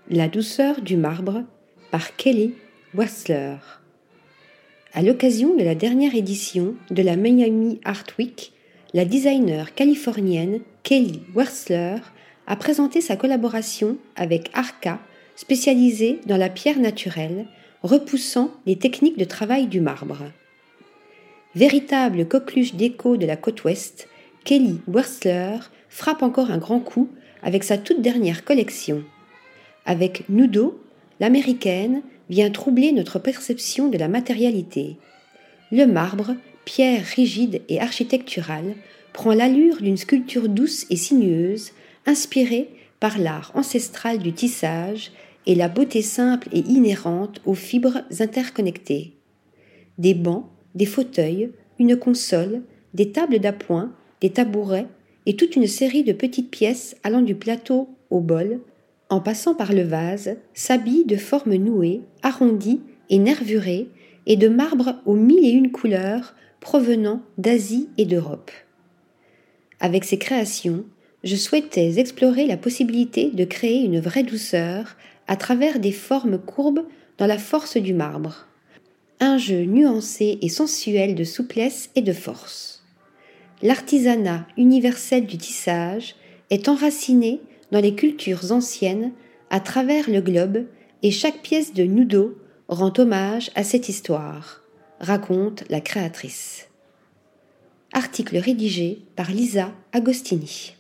La douceur du marbre par Kelly Wearstler. À l'occasion de la dernière édition de la Miami Art Week, la designer californienne Kelly Wearstler a présenté sa collaboration avec Arca, spécialisée dans la pierre naturelle, repoussant les techniques de travail du marbre. Véritable coqueluche déco de la côte ouest, Kelly Wearstler frappe encore un grand coup avec sa toute dernière collection. Avec Nudo, l'américaine vient troubler notre perception de la matérialité. Le marbre, pierre rigide et architecturale, prend l'allure d'une sculpture douce et sinueuse, inspirée par l'art ancestral du tissage et la beauté simple et inhérente aux fibres interconnectées. Des bancs, des fauteuils, une console, des tables d'appoint, des tabourets et toute une série de petites pièces allant du plateau au bol, en passant par le vase, s'habillent de formes nouées, arrondies et nervurées, et de marbre aux 1001 couleurs provenant d'Asie et d'Europe. Avec ces créations, je souhaitais explorer la possibilité de créer une vraie douceur à travers des formes courbes dans la force du marbre. Un jeu nuancé et sensuel de souplesse et de force. L'artisanat universel du tissage est enraciné dans les cultures anciennes à travers le globe et chaque pièce de Nudo rend hommage à cette histoire, raconte la créatrice. Article rédigé par Lisa Agostini.